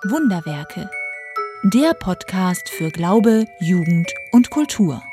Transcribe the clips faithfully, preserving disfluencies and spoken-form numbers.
Wunderwerke. Der Podcast für Glaube, Jugend und Kultur.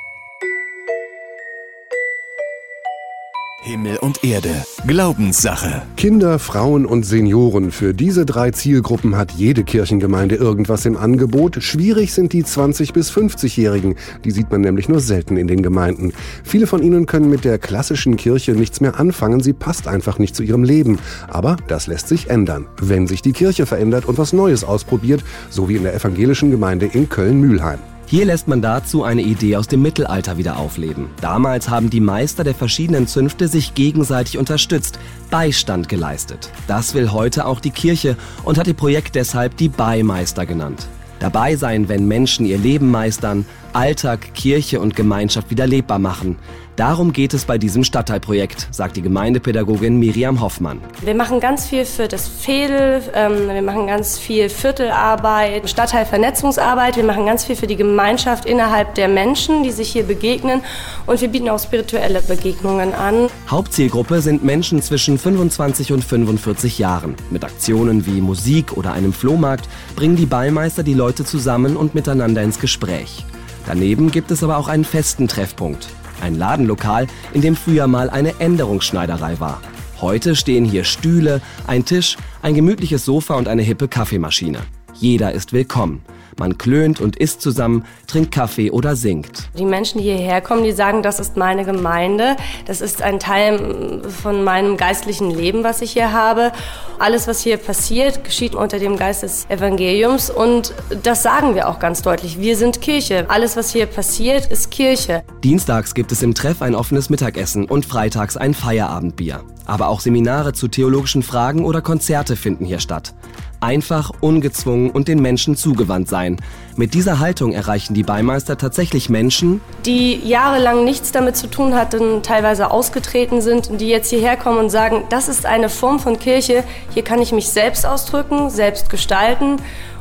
Himmel und Erde. Glaubenssache. Kinder, Frauen und Senioren. Für diese drei Zielgruppen hat jede Kirchengemeinde irgendwas im Angebot. Schwierig sind die zwanzig- bis fünfzigjährigen. Die sieht man nämlich nur selten in den Gemeinden. Viele von ihnen können mit der klassischen Kirche nichts mehr anfangen. Sie passt einfach nicht zu ihrem Leben. Aber das lässt sich ändern, wenn sich die Kirche verändert und was Neues ausprobiert, so wie in der evangelischen Gemeinde in Köln-Mühlheim. Hier lässt man dazu eine Idee aus dem Mittelalter wieder aufleben. Damals haben die Meister der verschiedenen Zünfte sich gegenseitig unterstützt, Beistand geleistet. Das will heute auch die Kirche und hat ihr Projekt deshalb die Beimeister genannt. Dabei sein, wenn Menschen ihr Leben meistern, Alltag, Kirche und Gemeinschaft wieder lebbar machen. Darum geht es bei diesem Stadtteilprojekt, sagt die Gemeindepädagogin Miriam Hoffmann. Wir machen ganz viel für das Veedel, ähm, wir machen ganz viel Viertelarbeit, Stadtteilvernetzungsarbeit, wir machen ganz viel für die Gemeinschaft innerhalb der Menschen, die sich hier begegnen, und wir bieten auch spirituelle Begegnungen an. Hauptzielgruppe sind Menschen zwischen fünfundzwanzig und fünfundvierzig Jahren. Mit Aktionen wie Musik oder einem Flohmarkt bringen die Beimeister die Leute zusammen und miteinander ins Gespräch. Daneben gibt es aber auch einen festen Treffpunkt. Ein Ladenlokal, in dem früher mal eine Änderungsschneiderei war. Heute stehen hier Stühle, ein Tisch, ein gemütliches Sofa und eine hippe Kaffeemaschine. Jeder ist willkommen. Man klönt und isst zusammen, trinkt Kaffee oder singt. Die Menschen, die hierher kommen, die sagen, das ist meine Gemeinde, das ist ein Teil von meinem geistlichen Leben, was ich hier habe. Alles, was hier passiert, geschieht unter dem Geist des Evangeliums, und das sagen wir auch ganz deutlich. Wir sind Kirche. Alles, was hier passiert, ist Kirche. Dienstags gibt es im Treff ein offenes Mittagessen und freitags ein Feierabendbier. Aber auch Seminare zu theologischen Fragen oder Konzerte finden hier statt. Einfach, ungezwungen und den Menschen zugewandt sein. Mit dieser Haltung erreichen die Beimeister tatsächlich Menschen, die jahrelang nichts damit zu tun hatten, teilweise ausgetreten sind, und die jetzt hierher kommen und sagen, das ist eine Form von Kirche, hier kann ich mich selbst ausdrücken, selbst gestalten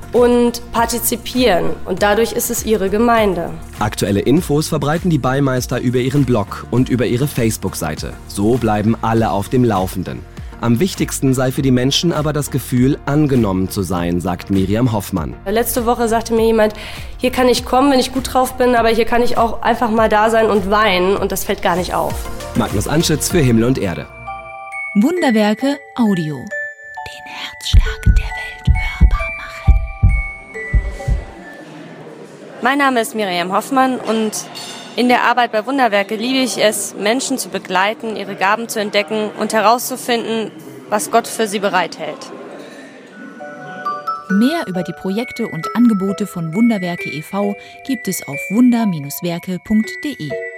und partizipieren. Und dadurch ist es ihre Gemeinde. Aktuelle Infos verbreiten die Beimeister über ihren Blog und über ihre Facebook-Seite. So bleiben alle auf dem Laufenden. Am wichtigsten sei für die Menschen aber das Gefühl, angenommen zu sein, sagt Miriam Hoffmann. Letzte Woche sagte mir jemand, hier kann ich kommen, wenn ich gut drauf bin, aber hier kann ich auch einfach mal da sein und weinen, und das fällt gar nicht auf. Magnus Anschütz für Himmel und Erde. Wunderwerke Audio. Den Herzschlag der Welt hörbar machen. Mein Name ist Miriam Hoffmann, und in der Arbeit bei Wunderwerke liebe ich es, Menschen zu begleiten, ihre Gaben zu entdecken und herauszufinden, was Gott für sie bereithält. Mehr über die Projekte und Angebote von Wunderwerke e V gibt es auf wunder Bindestrich werke punkt de.